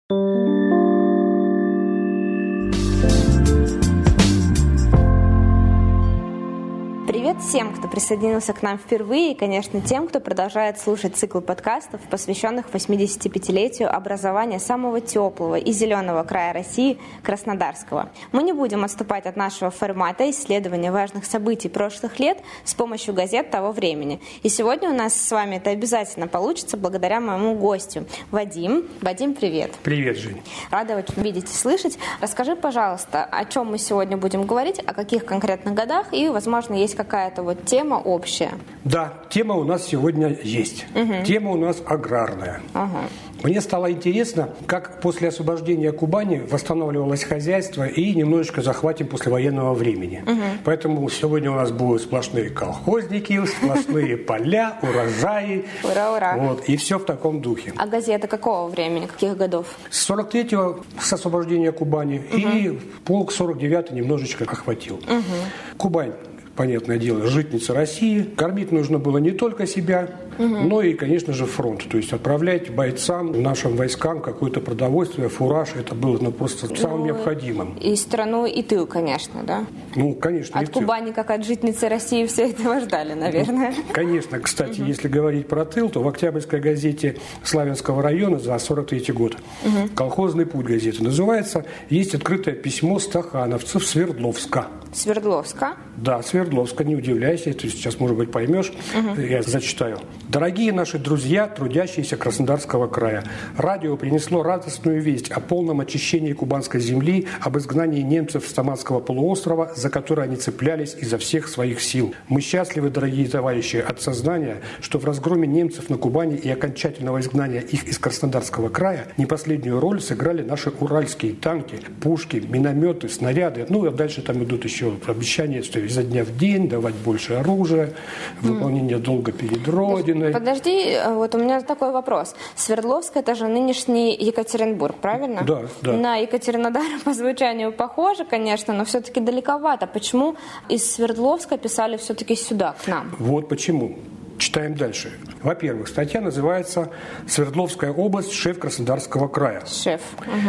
Привет всем, кто присоединился к нам впервые, и, конечно, тем, кто продолжает слушать цикл подкастов, посвященных 85-летию образования самого теплого и зеленого края России – Краснодарского. Мы не будем отступать от нашего формата исследования важных событий прошлых лет с помощью газет того времени. И сегодня у нас с вами это обязательно получится благодаря моему гостю Вадим. Вадим, привет. Привет, Жень. Рада очень видеть и слышать. Расскажи, пожалуйста, о чем мы сегодня будем говорить, о каких конкретных годах, и, возможно, есть какая-то вот тема общая. Да, тема у нас сегодня есть. Тема у нас аграрная. Мне стало интересно, как после освобождения Кубани восстанавливалось хозяйство, и немножечко захватим послевоенного времени. Поэтому сегодня у нас будут сплошные колхозники, сплошные поля, урожаи. Ура, ура. Вот, и все в таком духе. А газета какого времени, каких годов? С 43-го, с освобождения Кубани, и полк 49-й немножечко охватил. Кубань, понятное дело, житница России. Кормить нужно было не только себя, но и, конечно же, фронт. То есть отправлять бойцам, нашим войскам какое-то продовольствие, фураж. Это было просто самым необходимым. И страну, и тыл, конечно, да? Ну, конечно, от Кубани, как от житницы России, все этого ждали, наверное. Конечно. Кстати, если говорить про тыл, то в Октябрьской газете Славянского района за 43-й год «Колхозный путь» газета называется. Есть открытое письмо стахановцев Свердловска. Свердловска? Да, Свердловска, не удивляйся, ты сейчас, может быть, поймешь, я зачитаю. Дорогие наши друзья, трудящиеся Краснодарского края, радио принесло радостную весть о полном очищении кубанской земли, об изгнании немцев с Таманского полуострова, за который они цеплялись изо всех своих сил. Мы счастливы, дорогие товарищи, от сознания, что в разгроме немцев на Кубани и окончательного изгнания их из Краснодарского края не последнюю роль сыграли наши уральские танки, пушки, минометы, снаряды. Ну, а дальше там идут еще обещания, что изо дня в день давать больше оружия, выполнение долга перед Родиной. Подожди, вот у меня такой вопрос. Свердловск – это же нынешний Екатеринбург, правильно? Да, да. На Екатеринодар по звучанию похоже, конечно, но все-таки далековато. Почему из Свердловска писали все-таки сюда, к нам? Вот почему. Читаем дальше. Во-первых, статья называется «Свердловская область. Шеф Краснодарского края». Шеф.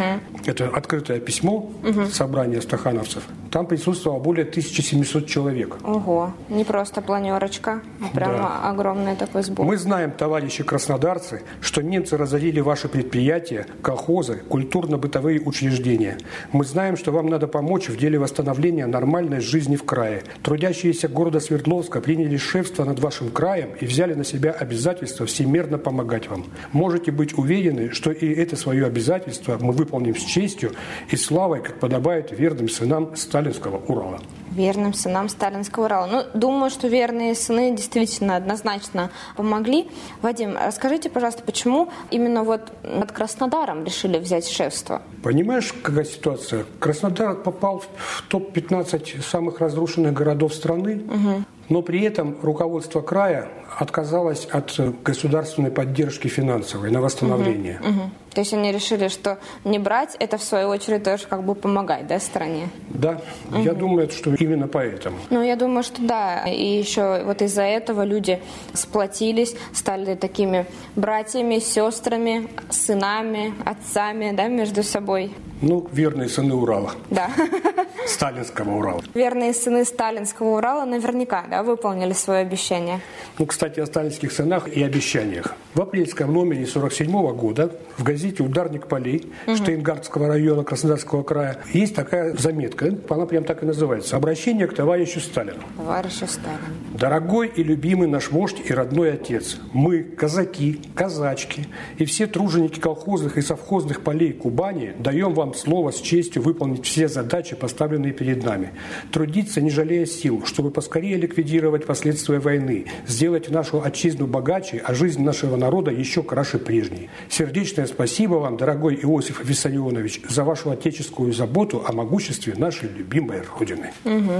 Это открытое письмо собрания стахановцев. Там присутствовало более 1700 человек. Ого, не просто планерочка, а прямо огромный такой сбор. Мы знаем, товарищи краснодарцы, что немцы разорили ваши предприятия, колхозы, культурно-бытовые учреждения. Мы знаем, что вам надо помочь в деле восстановления нормальной жизни в крае. Трудящиеся города Свердловска приняли шефство над вашим краем и взяли на себя обязательство всемерно помогать вам. Можете быть уверены, что и это свое обязательство мы выполним с честью и славой, как подобает верным сынам Сталинского Урала. Верным сынам Сталинского Урала. Ну, думаю, что верные сыны действительно однозначно помогли. Вадим, расскажите, пожалуйста, почему именно вот над Краснодаром решили взять шефство? Понимаешь, какая ситуация? Краснодар попал в топ-15 самых разрушенных городов страны, но при этом руководство края отказалось от государственной поддержки финансовой на восстановление. То есть они решили, что не брать, это в свою очередь тоже как бы помогать, да, стране? Да, я думаю, что именно поэтому. Ну, я думаю, что да. И еще вот из-за этого люди сплотились, стали такими братьями, сестрами, сынами, отцами, да, между собой. Ну, верные сыны Урала. Да. Сталинского Урала. Верные сыны Сталинского Урала наверняка, да, выполнили свое обещание. Ну, кстати, о сталинских сынах и обещаниях. В апрельском номере 1947 года в газете «Ударник полей» Штейнгардского района Краснодарского края есть такая заметка, она прям так и называется «Обращение к товарищу Сталину». Товарищу Сталину. Дорогой и любимый наш вождь и родной отец, мы, казаки, казачки и все труженики колхозных и совхозных полей Кубани даем вам слово с честью выполнить все задачи, поставленные перед нами. Трудиться, не жалея сил, чтобы поскорее ликвидировать последствия войны, сделать нашу отчизну богаче, а жизнь нашего народа еще краше прежней. Сердечное спасибо вам, дорогой Иосиф Виссарионович, за вашу отеческую заботу о могуществе нашей любимой Родины.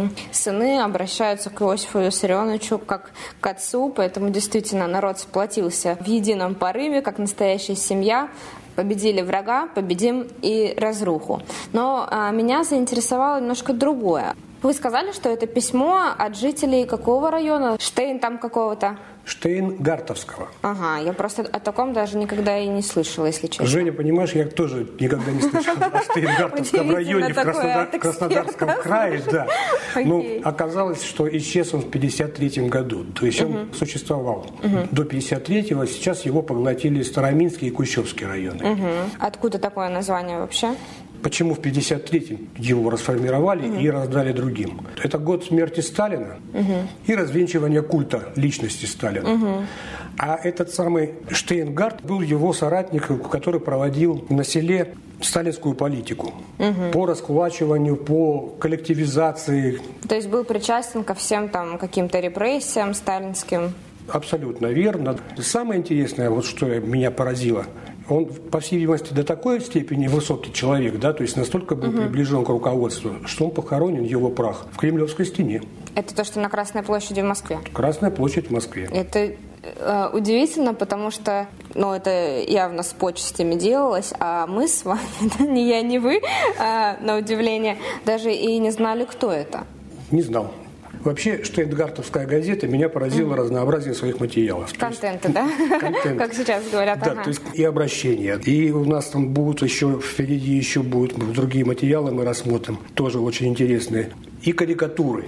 Сыны обращаются к Иосифу Виссарионовичу как к отцу, поэтому действительно народ сплотился в едином порыве, как настоящая семья. Победили врага, победим и разруху. Но меня заинтересовало немножко другое. Вы сказали, что это письмо от жителей какого района? Штейн там какого-то? Штейнгартовского. Ага, я просто о таком даже никогда и не слышала, если честно. Женя, понимаешь, я тоже никогда не слышал о Штейнгартовском районе в Краснодарском крае. Да. Но оказалось, что исчез он в 1953 году. То есть он существовал до 1953-го. Сейчас его поглотили Староминский и Кущевский районы. Откуда такое название вообще? Почему в 1953-м его расформировали и раздали другим? Это год смерти Сталина и развенчивания культа личности Сталина. А этот самый Штейнгарт был его соратником, который проводил на селе сталинскую политику по раскулачиванию, по коллективизации. То есть был причастен ко всем там каким-то репрессиям сталинским? Абсолютно верно. Самое интересное, вот что меня поразило, он, по всей видимости, до такой степени высокий человек, да, то есть настолько был приближен к руководству, что он похоронен, его прах, в Кремлевской стене. Это то, что на Красной площади в Москве? Красная площадь в Москве. Это удивительно, потому что, это явно с почестями делалось, а мы с вами, не я, не вы, на удивление, даже и не знали, кто это. Не знал. Вообще, Штейнгартовская газета меня поразила разнообразием своих материалов. Контента, да? Контент. Как сейчас говорят. Да, то есть и обращения. И у нас там будут впереди еще будут другие материалы, мы рассмотрим, тоже очень интересные. И карикатуры.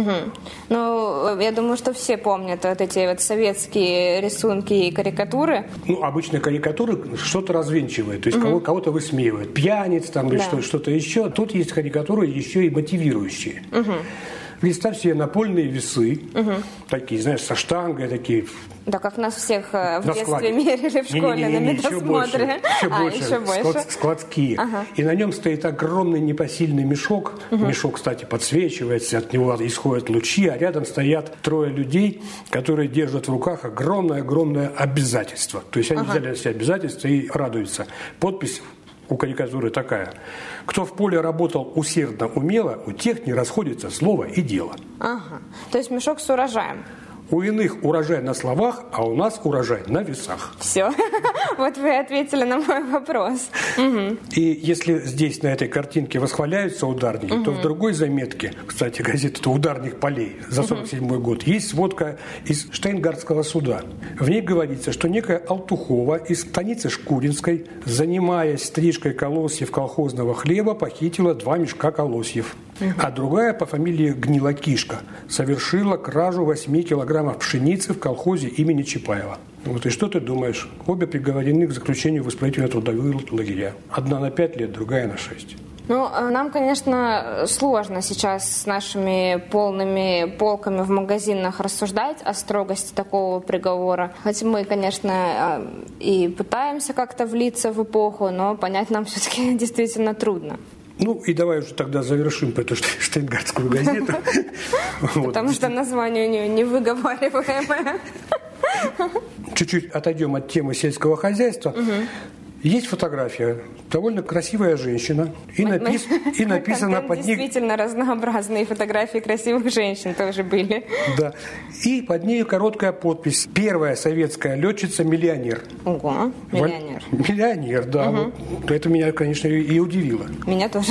Я думаю, что все помнят вот эти вот советские рисунки и карикатуры. Обычно карикатуры что-то развенчивают, то есть кого-то высмеивают. Пьяниц там или что-то еще. Тут есть карикатуры еще и мотивирующие. Представь себе напольные весы, такие, знаешь, со штангой, такие. Да, как нас всех в детстве мерили в школе на медосмотре. Еще больше. Складские. И на нем стоит огромный непосильный мешок. Мешок, кстати, подсвечивается, от него исходят лучи, а рядом стоят трое людей, которые держат в руках огромное-огромное обязательство. То есть они взяли на себя обязательства и радуются. Подпись у карикатуры такая: кто в поле работал усердно, умело, у тех не расходится слово и дело. То есть мешок с урожаем. У иных урожай на словах, а у нас урожай на весах. Все. Вот вы ответили на мой вопрос. И если здесь на этой картинке восхваляются ударники, то в другой заметке, кстати, газета «Ударник полей» за 1947 год, есть сводка из Штейнгартского суда. В ней говорится, что некая Алтухова из станицы Шкуринской, занимаясь стрижкой колосьев колхозного хлеба, похитила 2 мешка колосьев. А другая по фамилии Гнилокишка совершила кражу 8 килограммов пшеницы в колхозе имени Чапаева. И что ты думаешь? Обе приговорены к заключению в исправительно-трудовые лагеря. Одна на 5 лет, другая на 6. Нам, конечно, сложно сейчас с нашими полными полками в магазинах рассуждать о строгости такого приговора. Хотя мы, конечно, и пытаемся как-то влиться в эпоху, но понять нам все-таки действительно трудно. И давай уже тогда завершим эту Штейнгартскую газету. Потому что название у нее невыговариваемое. Чуть-чуть отойдем от темы сельского хозяйства. Есть фотография, довольно красивая женщина, и написано под ней... Действительно разнообразные фотографии красивых женщин тоже были. Да. И под ней короткая подпись: «Первая советская летчица-миллионер». Ого, миллионер. Миллионер, да. Это меня, конечно, и удивило. Меня тоже.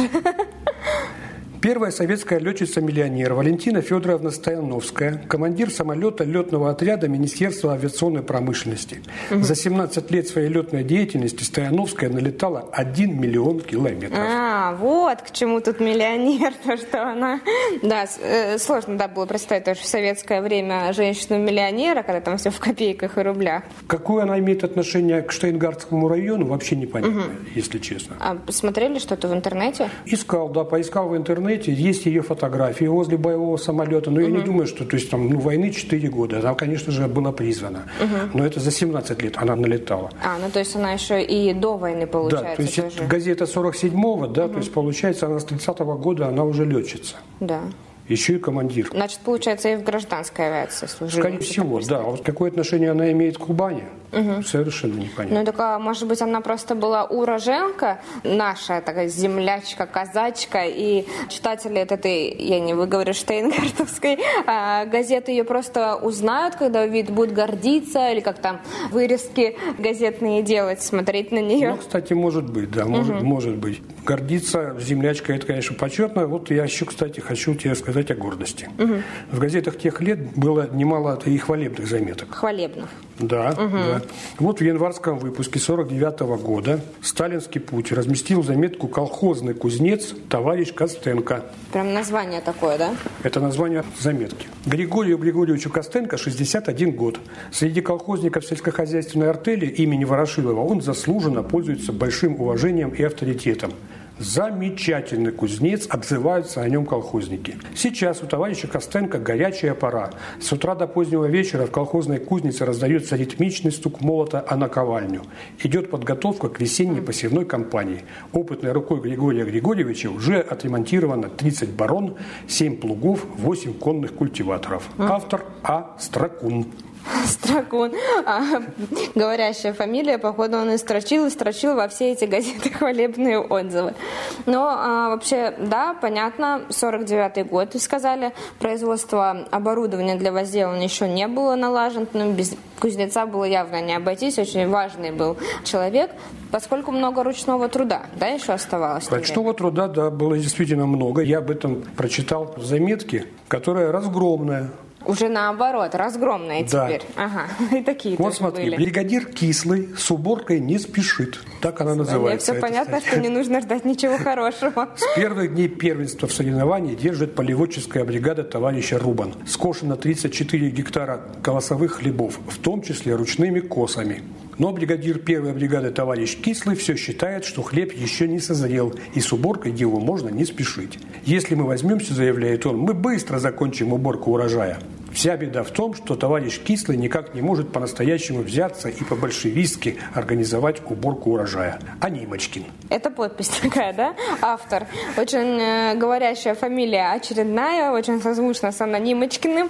Первая советская летчица-миллионер Валентина Федоровна Стояновская, командир самолета летного отряда Министерства авиационной промышленности. За 17 лет своей летной деятельности Стояновская налетала 1 миллион километров. Вот к чему тут миллионер, то что она... Да, сложно было представить тоже в советское время женщину-миллионера, когда там все в копейках и рублях. Какое она имеет отношение к Штейнгартскому району, вообще непонятно, если честно. А посмотрели что-то в интернете? Поискал в интернете. Есть ее фотографии возле боевого самолета, но я не думаю, что войны 4 года. Она, конечно же, была призвана. Но это за 17 лет она налетала. То есть она еще и до войны, получается. Да, то есть тоже. Газета 47-го, да, то есть получается она с 30-го года она уже летчица. Да. Еще и командир. Значит, получается, и в гражданской авиации служила. Скорее всего, да. А вот какое отношение она имеет к Кубани, совершенно непонятно. Может быть, она просто была уроженка, наша такая землячка, казачка, и читатели этой, я не выговорю, Штейнгартовской газеты ее просто узнают, когда увидят, будут гордиться, или как там вырезки газетные делать, смотреть на нее. Кстати, может быть, да, может быть. Гордиться землячкой, это, конечно, почетно. Вот я еще, кстати, хочу тебе сказать, сказать о гордости. В газетах тех лет было немало и хвалебных заметок. Хвалебных? Да, да. Вот в январском выпуске 1949 года «Сталинский путь» разместил заметку «Колхозный кузнец товарищ Костенко». Прям название такое, да? Это название заметки. Григорию Григорьевичу Костенко 61 год. Среди колхозников сельскохозяйственной артели имени Ворошилова он заслуженно пользуется большим уважением и авторитетом. Замечательный кузнец, обзываются о нем колхозники. Сейчас у товарища Костенко горячая пора. С утра до позднего вечера в колхозной кузнице раздается ритмичный стук молота о наковальню. Идет подготовка к весенней посевной кампании. Опытной рукой Григория Григорьевича уже отремонтировано 30 барон, 7 плугов, 8 конных культиваторов. Автор А. Строкун. Строкун. Говорящая фамилия, походу, он и строчил во все эти газеты хвалебные отзывы. Но вообще, да, понятно, 49-й год, вы сказали, производство оборудования для возделывания еще не было налажено, но без кузнеца было явно не обойтись, очень важный был человек, поскольку много ручного труда, да, еще оставалось? Ручного труда, да, было действительно много. Я об этом прочитал в заметке, которая разгромная. Уже наоборот, разгромные теперь. Да. Ага, и такие вот смотри, были. Бригадир Кислый с уборкой не спешит. Так она называется. Мне все понятно, что не нужно ждать ничего хорошего. С первых дней первенства в соревновании держит полеводческая бригада товарища Рубан. Скошено 34 гектара колосовых хлебов, в том числе ручными косами. Но бригадир первой бригады товарищ Кислый все считает, что хлеб еще не созрел, и с уборкой делу можно не спешить. Если мы возьмемся, заявляет он, мы быстро закончим уборку урожая. Вся беда в том, что товарищ Кислый никак не может по-настоящему взяться и по-большевистски организовать уборку урожая. А Нимочкин. Это подпись такая, да? Автор. Очень говорящая фамилия очередная, очень созвучна с Анной Нимочкиным.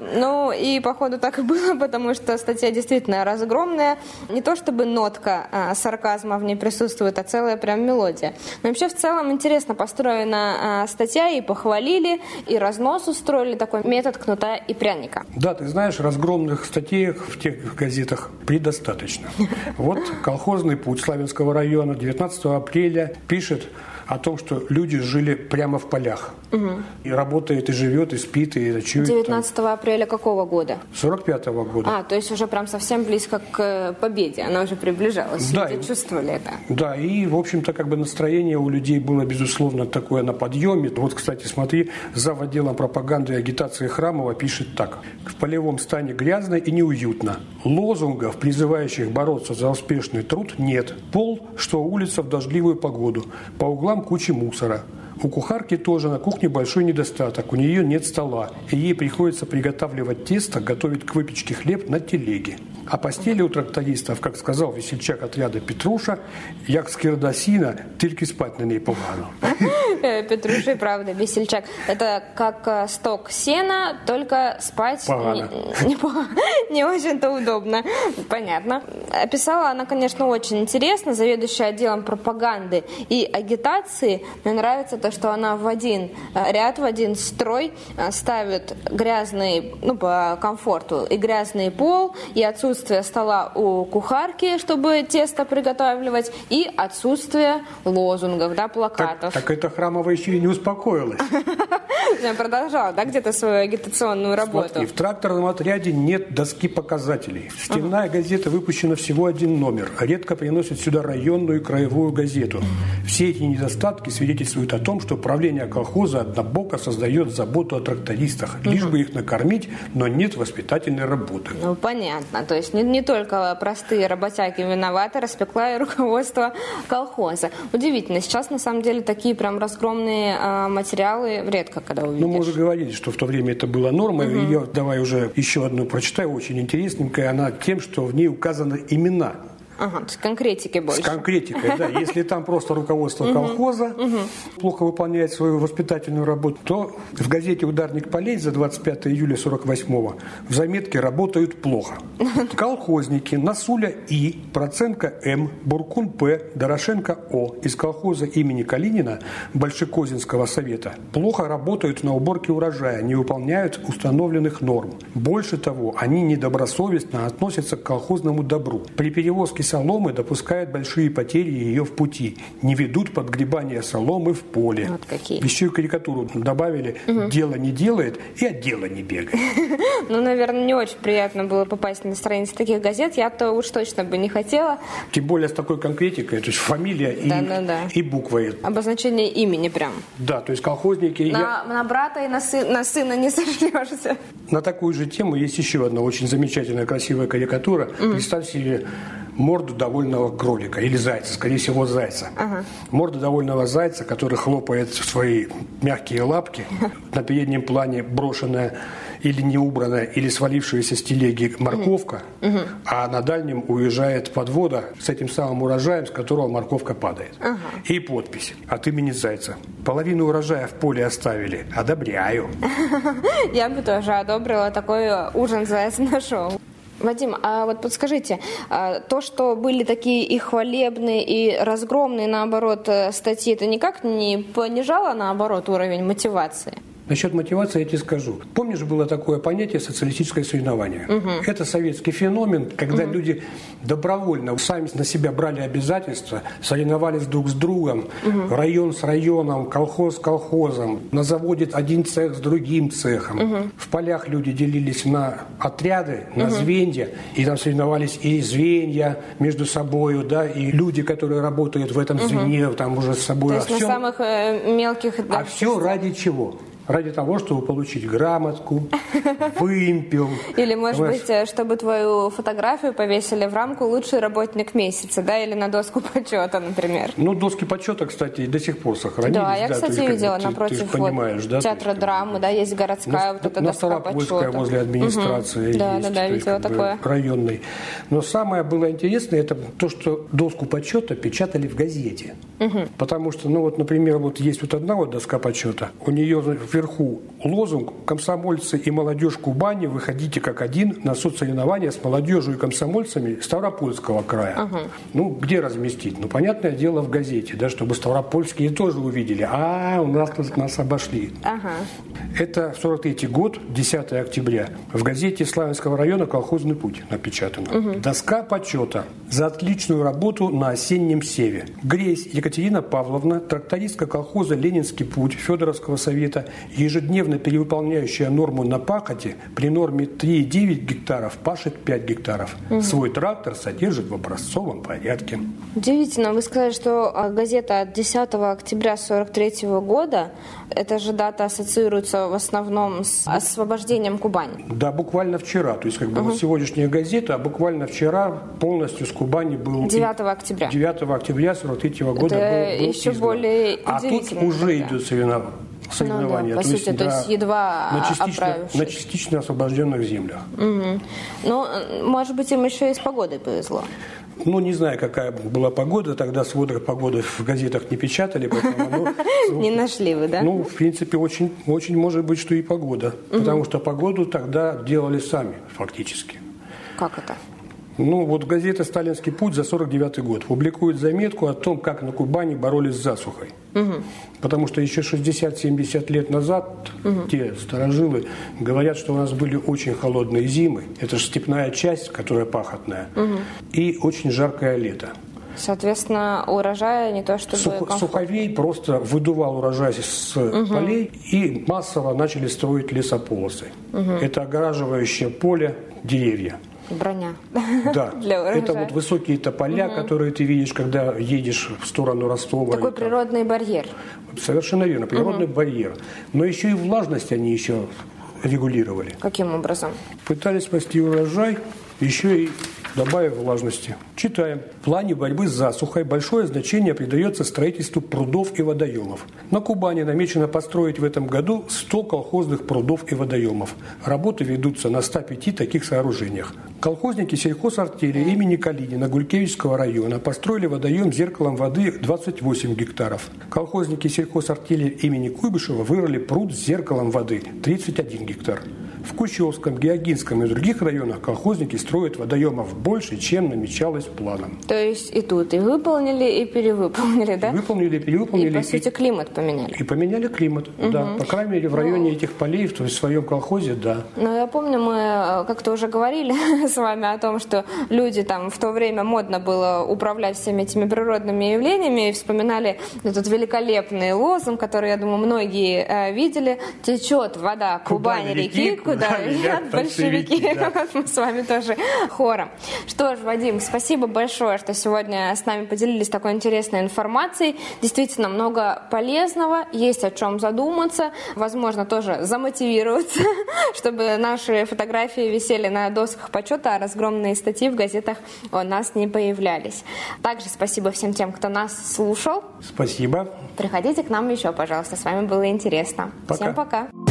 Ну и походу так и было, потому что статья действительно разгромная. Не то чтобы нотка сарказма в ней присутствует, а целая прям мелодия. Но вообще в целом интересно построена статья, и похвалили, и разнос устроили, такой метод кнута и пряника. Да, ты знаешь, разгромных статей в тех газетах предостаточно. Вот «Колхозный путь» Славянского района 19 апреля пишет о том, что люди жили прямо в полях. И работает, и живет, и спит, и ночует. 19 апреля какого года? 45-го года. То есть уже прям совсем близко к победе. Она уже приближалась. Да, люди чувствовали это. Да, и, в общем-то, как бы настроение у людей было, безусловно, такое на подъеме. Вот, кстати, смотри, зав. Отделом пропаганды и агитации Храмова пишет так. В полевом стане грязно и неуютно. Лозунгов, призывающих бороться за успешный труд, нет. Пол, что улица в дождливую погоду. По углам куча мусора. У кухарки тоже на кухне большой недостаток. У нее нет стола, и ей приходится приготавливать тесто, готовить к выпечке хлеб на телеге. А постели у трактористов, как сказал весельчак отряда Петруша, як скирдасина, только спать на ней погано. Петруша и правда весельчак. Это как сток сена, только спать не очень-то удобно. Понятно. Описала она, конечно, очень интересно. Заведующая отделом пропаганды и агитации. Мне нравится то, что она в один ряд, в один строй ставит грязный, по комфорту, и грязный пол, и отсутствие стола у кухарки, чтобы тесто приготавливать, и отсутствие лозунгов, плакатов. Так это Храмова еще и не успокоилась. Я продолжала, где-то свою агитационную работу. Смотри, в тракторном отряде нет доски показателей. Стенная газета выпущена всего один номер. Редко приносят сюда районную и краевую газету. Все эти недостатки свидетельствуют о том, что правление колхоза однобоко создает заботу о трактористах, лишь бы их накормить, но нет воспитательной работы. Понятно. То есть не только простые работяги виноваты, распекла и руководство колхоза. Удивительно. Сейчас, на самом деле, такие прям разгромные материалы редко когда увидишь. Мы уже говорили, что в то время это была норма. Ее, давай уже еще одну прочитаю, очень интересненькая. Она тем, что в ней указаны имена. То есть конкретики больше. С конкретикой, да. Если там просто руководство колхоза плохо выполняет свою воспитательную работу, то в газете «Ударник полей» за 25 июля 48-го в заметке «Работают плохо». Колхозники Насуля И, Проценко М, Буркун П, Дорошенко О из колхоза имени Калинина Большекозинского совета плохо работают на уборке урожая, не выполняют установленных норм. Больше того, они недобросовестно относятся к колхозному добру. При перевозке соломы допускают большие потери ее в пути, не ведут подгребания соломы в поле. Вот какие. Еще и карикатуру добавили: дело не делает и от дела не бегает. Ну, наверное, не очень приятно было попасть на страницы таких газет. Я-то уж точно бы не хотела. Тем более с такой конкретикой, то есть фамилия и буквы. Обозначение имени прям. Да, то есть колхозники... На брата и на сына не сошлешься. На такую же тему есть еще одна очень замечательная, красивая карикатура. Представь себе морду довольного кролика или зайца, скорее всего, зайца. Морда довольного зайца, который хлопает в свои мягкие лапки. На переднем плане брошенная или не убранная, или свалившаяся с телеги морковка, а на дальнем уезжает подвода с этим самым урожаем, с которого морковка падает. И подпись от имени зайца. Половину урожая в поле оставили. Одобряю. Я бы тоже одобрила, такой ужин заяц нашел. Вадим, а вот подскажите, то, что были такие и хвалебные, и разгромные, наоборот, статьи, это никак не понижало, наоборот, уровень мотивации? Насчет мотивации я тебе скажу. Помнишь, было такое понятие социалистическое соревнование? Это советский феномен, когда люди добровольно сами на себя брали обязательства, соревновались друг с другом, район с районом, колхоз с колхозом, на заводе один цех с другим цехом. В полях люди делились на отряды, на звенья, и там соревновались и звенья между собой, да, и люди, которые работают в этом звене, там уже с собой. То есть на самых мелких... А все ради чего? Ради того, чтобы получить грамотку, вымпел. Или, может быть, чтобы твою фотографию повесили в рамку «Лучший работник месяца», да, или на доску почета, например. Ну, доски почета, кстати, до сих пор сохранились. Да, я, кстати, видела напротив театра драмы, да, есть городская вот эта доска почета. Возле администрации есть. Да, видела такое. Районной. Но самое было интересное, это то, что доску почета печатали в газете. Потому что, ну вот, например, вот есть вот одна вот доска почета, у нее вверху лозунг: «Комсомольцы и молодежь Кубани, выходите как один на соцсоревнования с молодежью и комсомольцами Ставропольского края». Ну, где разместить? Ну, понятное дело, в газете, да, чтобы ставропольские тоже увидели. У нас тут нас обошли. Это 43-й год, 10 октября. В газете Славянского района «Колхозный путь» напечатано. Доска почета за отличную работу на осеннем севе. Гресь Екатерина Павловна, трактористка колхоза «Ленинский путь» Федоровского совета, ежедневно перевыполняющая норму на пахоте, при норме 3,9 гектаров пашет 5 гектаров. Свой трактор содержит в образцовом порядке. Удивительно. Вы сказали, что газета от 10 октября 1943 года, эта же дата ассоциируется в основном с освобождением Кубани. Да, буквально вчера. То есть, как бы вот сегодняшняя газета, а буквально вчера полностью с Кубани был... 9 октября. 9 октября 1943 года был еще издан. Более а тут уже идет соревнования. Ну, да, по сути, то есть едва оправившись. На частично освобожденных землях. Ну, может быть, им еще и с погодой повезло. Ну, не знаю, какая была погода. Тогда сводок погоды в газетах не печатали. Не нашли вы, да? Ну, в принципе, очень, очень может быть, что и погода. Потому что погоду тогда делали сами, фактически. Как это? Ну, вот газета «Сталинский путь» за 49-й год публикует заметку о том, как на Кубани боролись с засухой. Потому что еще 60-70 лет назад те старожилы говорят, что у нас были очень холодные зимы. Это же степная часть, которая пахотная. И очень жаркое лето. Соответственно, урожая не то чтобы... Суховей просто выдувал урожай с полей, и массово начали строить лесополосы. Это огораживающее поле, деревья. Броня. Да, это вот высокие тополя, которые ты видишь, когда едешь в сторону Ростова. Такой природный барьер. Совершенно верно, природный барьер. Но еще и влажность они еще регулировали. Каким образом? Пытались спасти урожай, еще и добавив влажности. Читаем. В плане борьбы с засухой большое значение придается строительству прудов и водоемов. На Кубани намечено построить в этом году 100 колхозных прудов и водоемов. Работы ведутся на 105 таких сооружениях. Колхозники сельхозартели имени Калинина Гулькевичского района построили водоем с зеркалом воды 28 гектаров. Колхозники сельхозартели имени Куйбышева вырыли пруд с зеркалом воды 31 гектар. В Кущевском, Георгинском и других районах колхозники строят водоемов больше, чем намечалось планом. То есть и тут и выполнили, и перевыполнили, да? Выполнили, перевыполнили. И, по сути, климат поменяли. И поменяли климат, да. По крайней мере, в районе этих полей, то есть в своем колхозе, да. Ну, я помню, мы как-то уже говорили с вами о том, что люди там в то время модно было управлять всеми этими природными явлениями, и вспоминали этот великолепный лозунг, который, я думаю, многие видели. Течет вода Кубань-реки, куда вилят большевики. Да. Вот мы с вами тоже хором. Что ж, Вадим, спасибо большое, что сегодня с нами поделились такой интересной информацией. Действительно, много полезного, есть о чем задуматься, возможно, тоже замотивироваться, чтобы наши фотографии висели на досках почета, а разгромные статьи в газетах у нас не появлялись. Также спасибо всем тем, кто нас слушал. Спасибо. Приходите к нам еще, пожалуйста. С вами было интересно. Пока. Всем пока.